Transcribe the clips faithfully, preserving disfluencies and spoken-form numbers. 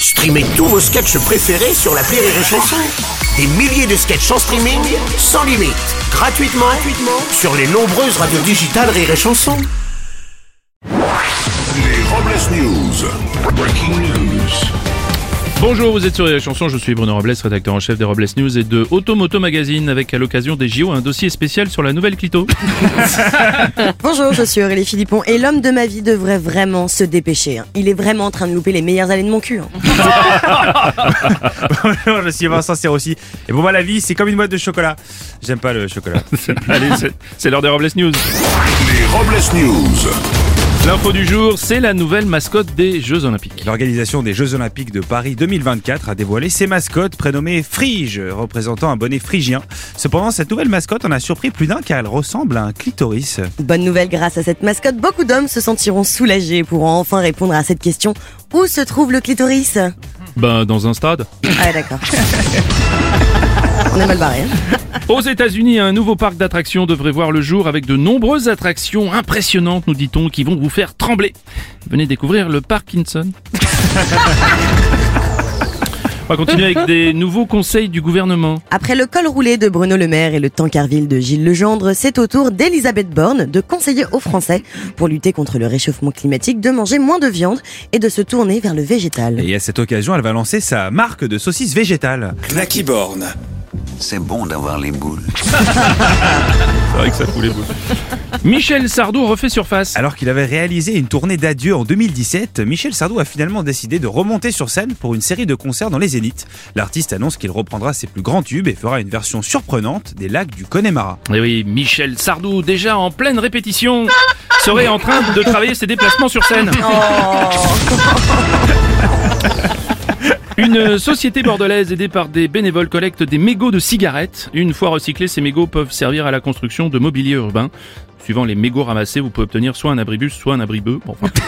Streamez tous vos sketchs préférés sur l'appli Rire et Chanson. Des milliers de sketchs en streaming, sans limite, gratuitement, gratuitement sur les nombreuses radios digitales Rire et Chanson. Les Robles News. Breaking news. Bonjour, vous êtes sur les chansons, je suis Bruno Robles, rédacteur en chef des Robles News et de Automoto Magazine, avec à l'occasion des J O un dossier spécial sur la nouvelle Clito. Bonjour, je suis Aurélie Philippon et l'homme de ma vie devrait vraiment se dépêcher. Hein. Il est vraiment en train de louper les meilleures années de mon cul. Hein. Bonjour, je suis Vincent Serroussi. Et pour moi, la vie, c'est comme une boîte de chocolat. J'aime pas le chocolat. Allez, c'est, c'est l'heure des Robles News. Les Robles News. L'info du jour, c'est la nouvelle mascotte des Jeux Olympiques. L'organisation des Jeux Olympiques de Paris deux mille vingt-quatre a dévoilé ses mascottes prénommées Frige, représentant un bonnet phrygien. Cependant, cette nouvelle mascotte en a surpris plus d'un car elle ressemble à un clitoris. Bonne nouvelle, grâce à cette mascotte, beaucoup d'hommes se sentiront soulagés pour enfin répondre à cette question. Où se trouve le clitoris ? Ben, dans un stade. Ah d'accord. On est mal barré. Hein. Aux États-Unis, un nouveau parc d'attractions devrait voir le jour avec de nombreuses attractions impressionnantes, nous dit-on, qui vont vous faire trembler. Venez découvrir le Parkinson. On va continuer avec des nouveaux conseils du gouvernement. Après le col roulé de Bruno Le Maire et le tankerville de Gilles Legendre, c'est au tour d'Elisabeth Borne de conseiller aux Français, pour lutter contre le réchauffement climatique, de manger moins de viande et de se tourner vers le végétal. Et à cette occasion, elle va lancer sa marque de saucisses végétales. Knacky Born. C'est bon d'avoir les boules. C'est vrai que ça fout les boules. Michel Sardou refait surface. Alors qu'il avait réalisé une tournée d'adieu en deux mille dix-sept, Michel Sardou a finalement décidé de remonter sur scène pour une série de concerts dans les Zéniths. L'artiste annonce qu'il reprendra ses plus grands tubes et fera une version surprenante des lacs du Connemara. Et oui, Michel Sardou, déjà en pleine répétition, serait en train de travailler ses déplacements sur scène. Une société bordelaise aidée par des bénévoles collecte des mégots de cigarettes. Une fois recyclés, ces mégots peuvent servir à la construction de mobilier urbain. Suivant les mégots ramassés, vous pouvez obtenir soit un abribus, soit un abribeux. Bon, enfin.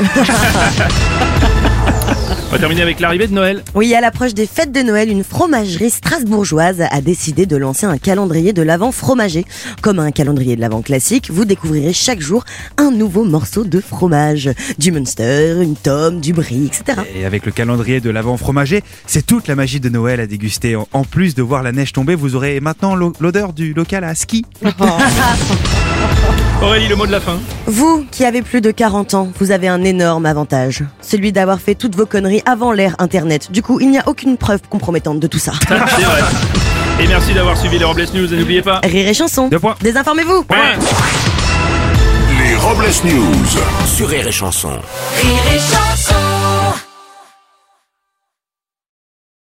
On va terminer avec l'arrivée de Noël. Oui, à l'approche des fêtes de Noël, une fromagerie strasbourgeoise a décidé de lancer un calendrier de l'Avent fromager. Comme un calendrier de l'Avent classique, vous découvrirez chaque jour un nouveau morceau de fromage. Du Munster, une tome, du brie, et cetera. Et avec le calendrier de l'Avent fromager, c'est toute la magie de Noël à déguster. En plus de voir la neige tomber, vous aurez maintenant l'odeur du local à ski. Aurélie, le mot de la fin. Vous, qui avez plus de quarante ans, vous avez un énorme avantage. Celui d'avoir fait toutes vos conneries avant l'ère Internet. Du coup, il n'y a aucune preuve compromettante de tout ça. C'est vrai. Et merci d'avoir suivi les Robles News et n'oubliez pas... Rire et chanson. Deux points. Désinformez-vous. Ouais. Les Robles News. Sur Rire et Chanson. Rire et chanson.